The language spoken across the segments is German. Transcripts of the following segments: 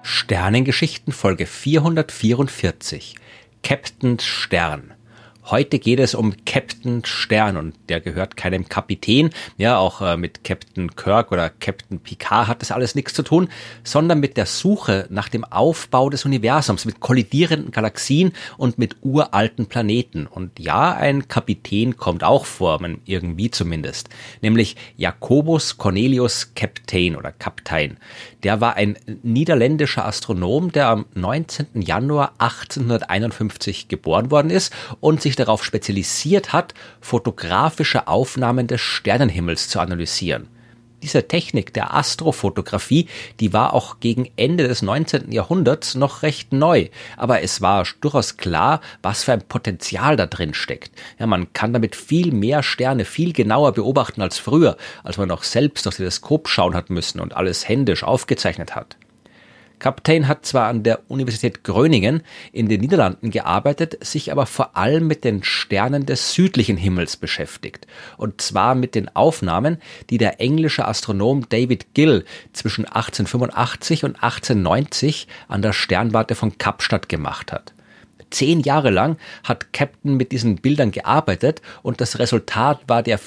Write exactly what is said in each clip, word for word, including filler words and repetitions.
Sternengeschichten Folge vierhundertvierundvierzig. Captain Stern. Heute geht es um Captain Stern und der gehört keinem Kapitän, ja auch äh, mit Captain Kirk oder Captain Picard hat das alles nichts zu tun, sondern mit der Suche nach dem Aufbau des Universums, mit kollidierenden Galaxien und mit uralten Planeten. Und ja, ein Kapitän kommt auch vor, man irgendwie zumindest, nämlich Jacobus Cornelius Kapteyn oder Kapteyn. Der war ein niederländischer Astronom, der am neunzehnten Januar achtzehnhunderteinundfünfzig geboren worden ist und sich darauf spezialisiert hat, fotografische Aufnahmen des Sternenhimmels zu analysieren. Diese Technik der Astrofotografie, die war auch gegen Ende des neunzehnten Jahrhunderts noch recht neu, aber es war durchaus klar, was für ein Potenzial da drin steckt. Ja, man kann damit viel mehr Sterne viel genauer beobachten als früher, als man noch selbst durchs Teleskop schauen hat müssen und alles händisch aufgezeichnet hat. Kapteyn hat zwar an der Universität Groningen in den Niederlanden gearbeitet, sich aber vor allem mit den Sternen des südlichen Himmels beschäftigt. Und zwar mit den Aufnahmen, die der englische Astronom David Gill zwischen achtzehnhundertfünfundachtzig und achtzehnhundertneunzig an der Sternwarte von Kapstadt gemacht hat. Zehn Jahre lang hat Captain mit diesen Bildern gearbeitet und das Resultat war der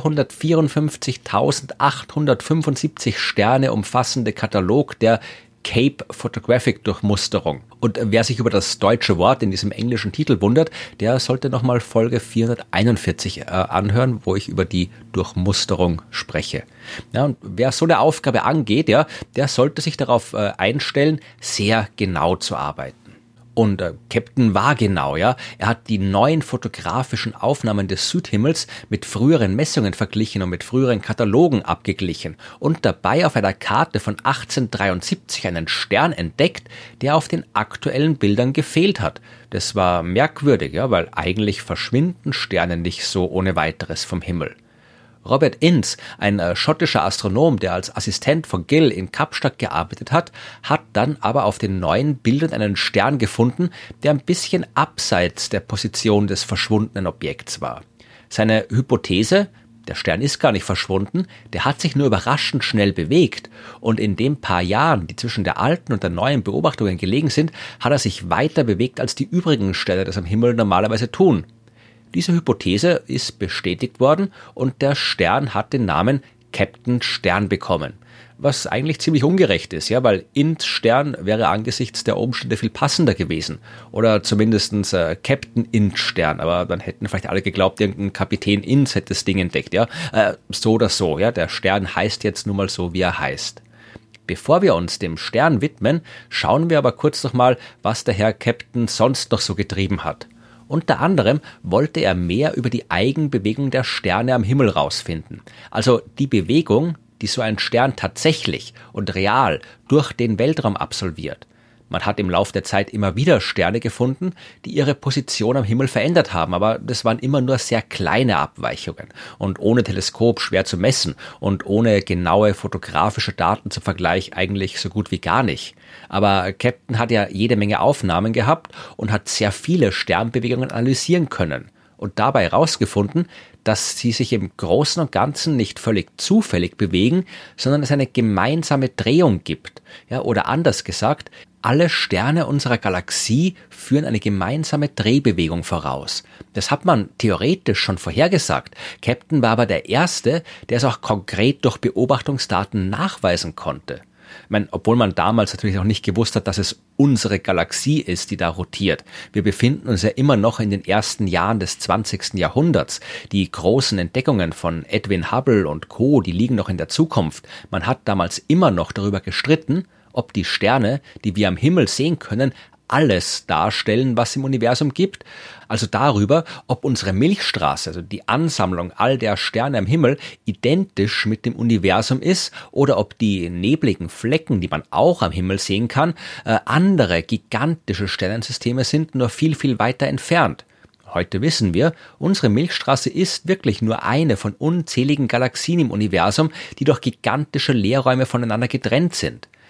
vierhundertvierundfünfzigtausendachthundertfünfundsiebzig Sterne umfassende Katalog der Cape Photographic Durchmusterung. Und wer sich über das deutsche Wort in diesem englischen Titel wundert, der sollte nochmal Folge vierhunderteinundvierzig äh, anhören, wo ich über die Durchmusterung spreche. Ja, und wer so eine Aufgabe angeht, ja, der sollte sich darauf äh, einstellen, sehr genau zu arbeiten. Und äh, Captain war genau, ja. Er hat die neuen fotografischen Aufnahmen des Südhimmels mit früheren Messungen verglichen und mit früheren Katalogen abgeglichen und dabei auf einer Karte von achtzehnhundertdreiundsiebzig einen Stern entdeckt, der auf den aktuellen Bildern gefehlt hat. Das war merkwürdig, ja, weil eigentlich verschwinden Sterne nicht so ohne weiteres vom Himmel. Robert Innes, ein äh, schottischer Astronom, der als Assistent von Gill in Kapstadt gearbeitet hat, hat dann aber auf den neuen Bildern einen Stern gefunden, der ein bisschen abseits der Position des verschwundenen Objekts war. Seine Hypothese, der Stern ist gar nicht verschwunden, der hat sich nur überraschend schnell bewegt und in den paar Jahren, die zwischen der alten und der neuen Beobachtungen gelegen sind, hat er sich weiter bewegt, als die übrigen Sterne das am Himmel normalerweise tun. Diese Hypothese ist bestätigt worden und der Stern hat den Namen Captain Stern bekommen. Was eigentlich ziemlich ungerecht ist, ja, weil Int Stern wäre angesichts der Umstände viel passender gewesen. Oder zumindestens äh, Captain Int Stern, aber dann hätten vielleicht alle geglaubt, irgendein Kapitän Int hätte das Ding entdeckt, ja. Äh, so oder so, ja, der Stern heißt jetzt nun mal so, wie er heißt. Bevor wir uns dem Stern widmen, schauen wir aber kurz noch mal, was der Herr Captain sonst noch so getrieben hat. Unter anderem wollte er mehr über die Eigenbewegung der Sterne am Himmel rausfinden. Also die Bewegung, die so ein Stern tatsächlich und real durch den Weltraum absolviert. Man hat im Lauf der Zeit immer wieder Sterne gefunden, die ihre Position am Himmel verändert haben, aber das waren immer nur sehr kleine Abweichungen und ohne Teleskop schwer zu messen und ohne genaue fotografische Daten zum Vergleich eigentlich so gut wie gar nicht. Aber Captain hat ja jede Menge Aufnahmen gehabt und hat sehr viele Sternbewegungen analysieren können und dabei herausgefunden, dass sie sich im Großen und Ganzen nicht völlig zufällig bewegen, sondern es eine gemeinsame Drehung gibt. Ja, oder anders gesagt, alle Sterne unserer Galaxie führen eine gemeinsame Drehbewegung voraus. Das hat man theoretisch schon vorhergesagt. Captain war aber der Erste, der es auch konkret durch Beobachtungsdaten nachweisen konnte. Ich meine, obwohl man damals natürlich auch nicht gewusst hat, dass es unsere Galaxie ist, die da rotiert. Wir befinden uns ja immer noch in den ersten Jahren des zwanzigsten Jahrhunderts. Die großen Entdeckungen von Edwin Hubble und Co., die liegen noch in der Zukunft. Man hat damals immer noch darüber gestritten, ob die Sterne, die wir am Himmel sehen können, alles darstellen, was im Universum gibt. Also darüber, ob unsere Milchstraße, also die Ansammlung all der Sterne am Himmel, identisch mit dem Universum ist oder ob die nebligen Flecken, die man auch am Himmel sehen kann, äh, andere gigantische Sternensysteme sind, nur viel, viel weiter entfernt. Heute wissen wir, unsere Milchstraße ist wirklich nur eine von unzähligen Galaxien im Universum, die durch gigantische Leerräume voneinander getrennt sind.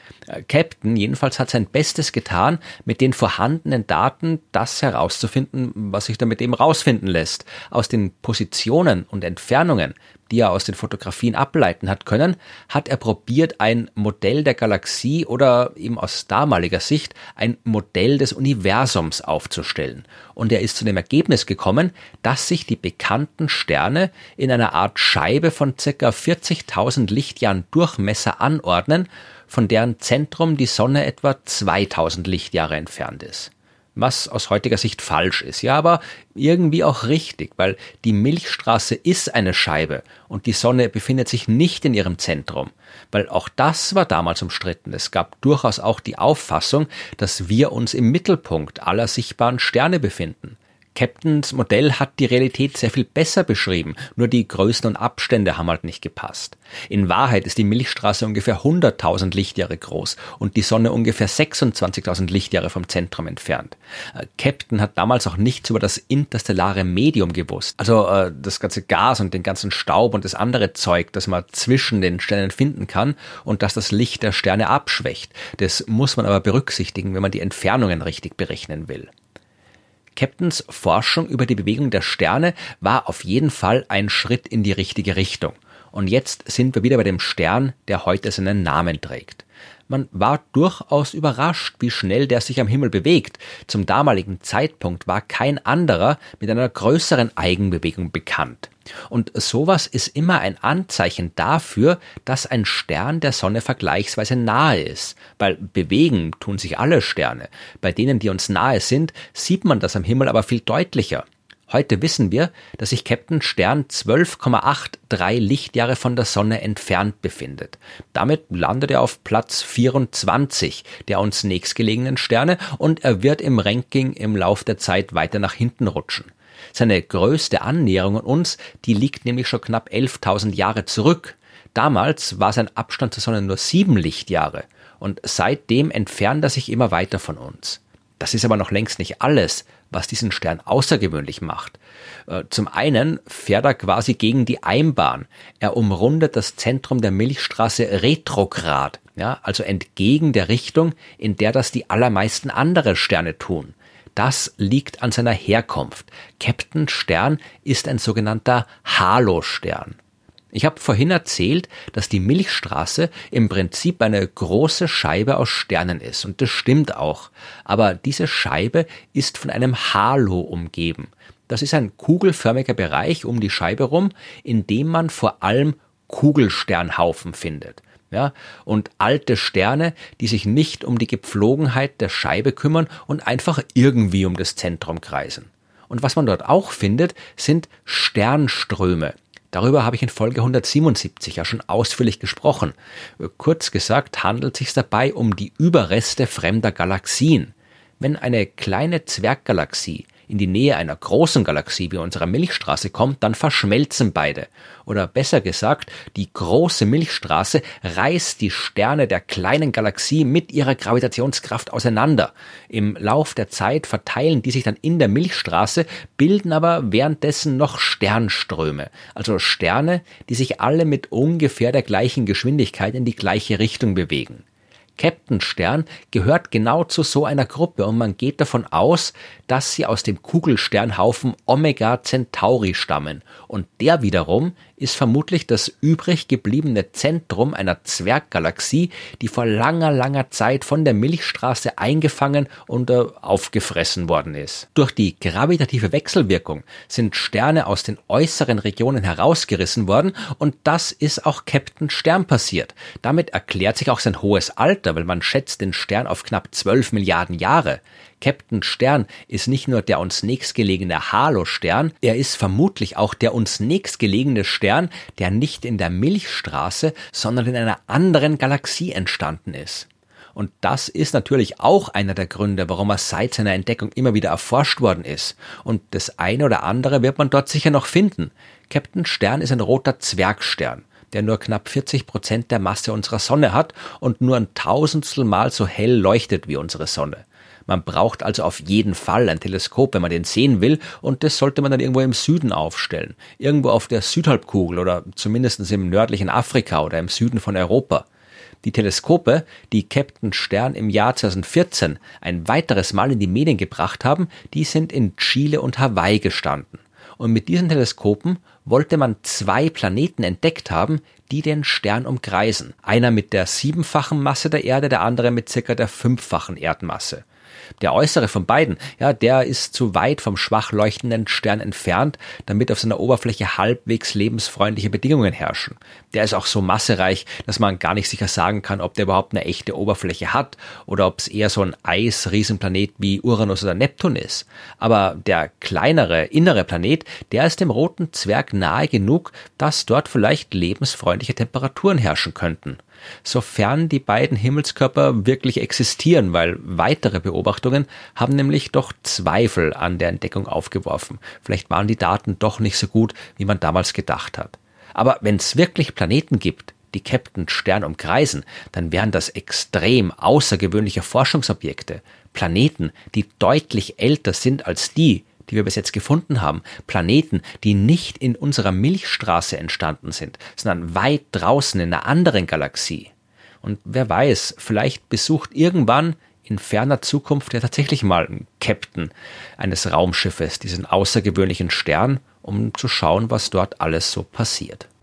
Captain jedenfalls hat sein Bestes getan, mit den vorhandenen Daten das herauszufinden, was sich damit eben rausfinden lässt. Aus den Positionen und Entfernungen, die er aus den Fotografien ableiten hat können, hat er probiert, ein Modell der Galaxie oder eben aus damaliger Sicht ein Modell des Universums aufzustellen. Und er ist zu dem Ergebnis gekommen, dass sich die bekannten Sterne in einer Art Scheibe von ca. vierzigtausend Lichtjahren Durchmesser anordnen, von deren Zentrum die Sonne etwa zweitausend Lichtjahre entfernt ist. Was aus heutiger Sicht falsch ist, ja, aber irgendwie auch richtig, weil die Milchstraße ist eine Scheibe und die Sonne befindet sich nicht in ihrem Zentrum, weil auch das war damals umstritten. Es gab durchaus auch die Auffassung, dass wir uns im Mittelpunkt aller sichtbaren Sterne befinden. Captains Modell hat die Realität sehr viel besser beschrieben, nur die Größen und Abstände haben halt nicht gepasst. In Wahrheit ist die Milchstraße ungefähr hunderttausend Lichtjahre groß und die Sonne ungefähr sechsundzwanzigtausend Lichtjahre vom Zentrum entfernt. Captain hat damals auch nichts über das interstellare Medium gewusst, also äh, das ganze Gas und den ganzen Staub und das andere Zeug, das man zwischen den Sternen finden kann und das das Licht der Sterne abschwächt. Das muss man aber berücksichtigen, wenn man die Entfernungen richtig berechnen will. Captains Forschung über die Bewegung der Sterne war auf jeden Fall ein Schritt in die richtige Richtung. Und jetzt sind wir wieder bei dem Stern, der heute seinen Namen trägt. Man war durchaus überrascht, wie schnell der sich am Himmel bewegt. Zum damaligen Zeitpunkt war kein anderer mit einer größeren Eigenbewegung bekannt. Und sowas ist immer ein Anzeichen dafür, dass ein Stern der Sonne vergleichsweise nahe ist. Weil bewegen tun sich alle Sterne. Bei denen, die uns nahe sind, sieht man das am Himmel aber viel deutlicher. Heute wissen wir, dass sich Captains Stern zwölf Komma dreiundachtzig Lichtjahre von der Sonne entfernt befindet. Damit landet er auf Platz vierundzwanzig der uns nächstgelegenen Sterne und er wird im Ranking im Lauf der Zeit weiter nach hinten rutschen. Seine größte Annäherung an uns, die liegt nämlich schon knapp elftausend Jahre zurück. Damals war sein Abstand zur Sonne nur sieben Lichtjahre und seitdem entfernt er sich immer weiter von uns. Das ist aber noch längst nicht alles, was diesen Stern außergewöhnlich macht. Zum einen fährt er quasi gegen die Einbahn. Er umrundet das Zentrum der Milchstraße retrograd, ja, also entgegen der Richtung, in der das die allermeisten andere Sterne tun. Das liegt an seiner Herkunft. Captains Stern ist ein sogenannter Halostern. Ich habe vorhin erzählt, dass die Milchstraße im Prinzip eine große Scheibe aus Sternen ist. Und das stimmt auch. Aber diese Scheibe ist von einem Halo umgeben. Das ist ein kugelförmiger Bereich um die Scheibe rum, in dem man vor allem Kugelsternhaufen findet. Ja, und alte Sterne, die sich nicht um die Gepflogenheit der Scheibe kümmern und einfach irgendwie um das Zentrum kreisen. Und was man dort auch findet, sind Sternströme. Darüber habe ich in Folge hundertsiebenundsiebzig ja schon ausführlich gesprochen. Kurz gesagt handelt es sich dabei um die Überreste fremder Galaxien. Wenn eine kleine Zwerggalaxie in die Nähe einer großen Galaxie wie unserer Milchstraße kommt, dann verschmelzen beide. Oder besser gesagt, die große Milchstraße reißt die Sterne der kleinen Galaxie mit ihrer Gravitationskraft auseinander. Im Lauf der Zeit verteilen die sich dann in der Milchstraße, bilden aber währenddessen noch Sternströme. Also Sterne, die sich alle mit ungefähr der gleichen Geschwindigkeit in die gleiche Richtung bewegen. Captains Stern gehört genau zu so einer Gruppe und man geht davon aus, dass sie aus dem Kugelsternhaufen Omega Centauri stammen. Und der wiederum ist vermutlich das übrig gebliebene Zentrum einer Zwerggalaxie, die vor langer, langer Zeit von der Milchstraße eingefangen und äh, aufgefressen worden ist. Durch die gravitative Wechselwirkung sind Sterne aus den äußeren Regionen herausgerissen worden und das ist auch Captains Stern passiert. Damit erklärt sich auch sein hohes Alter, weil man schätzt den Stern auf knapp zwölf Milliarden Jahre. Captains Stern ist nicht nur der uns nächstgelegene Halostern, er ist vermutlich auch der uns nächstgelegene Stern, der nicht in der Milchstraße, sondern in einer anderen Galaxie entstanden ist. Und das ist natürlich auch einer der Gründe, warum er seit seiner Entdeckung immer wieder erforscht worden ist. Und das eine oder andere wird man dort sicher noch finden. Captains Stern ist ein roter Zwergstern, der nur knapp vierzig Prozent der Masse unserer Sonne hat und nur ein Tausendstel Mal so hell leuchtet wie unsere Sonne. Man braucht also auf jeden Fall ein Teleskop, wenn man den sehen will, und das sollte man dann irgendwo im Süden aufstellen. Irgendwo auf der Südhalbkugel oder zumindest im nördlichen Afrika oder im Süden von Europa. Die Teleskope, die Captain Stern im Jahr zweitausendvierzehn ein weiteres Mal in die Medien gebracht haben, die sind in Chile und Hawaii gestanden. Und mit diesen Teleskopen wollte man zwei Planeten entdeckt haben, die den Stern umkreisen. Einer mit der siebenfachen Masse der Erde, der andere mit circa der fünffachen Erdmasse. Der äußere von beiden, ja, der ist zu weit vom schwach leuchtenden Stern entfernt, damit auf seiner Oberfläche halbwegs lebensfreundliche Bedingungen herrschen. Der ist auch so massereich, dass man gar nicht sicher sagen kann, ob der überhaupt eine echte Oberfläche hat oder ob es eher so ein Eisriesenplanet wie Uranus oder Neptun ist. Aber der kleinere, innere Planet, der ist dem roten Zwerg nahe genug, dass dort vielleicht lebensfreundliche Temperaturen herrschen könnten. Sofern die beiden Himmelskörper wirklich existieren, weil weitere Beobachtungen haben nämlich doch Zweifel an der Entdeckung aufgeworfen. Vielleicht waren die Daten doch nicht so gut, wie man damals gedacht hat. Aber wenn es wirklich Planeten gibt, die Captain Stern umkreisen, dann wären das extrem außergewöhnliche Forschungsobjekte. Planeten, die deutlich älter sind als die, die wir bis jetzt gefunden haben. Planeten, die nicht in unserer Milchstraße entstanden sind, sondern weit draußen in einer anderen Galaxie. Und wer weiß, vielleicht besucht irgendwann in ferner Zukunft ja tatsächlich mal ein Captain eines Raumschiffes diesen außergewöhnlichen Stern, um zu schauen, was dort alles so passiert.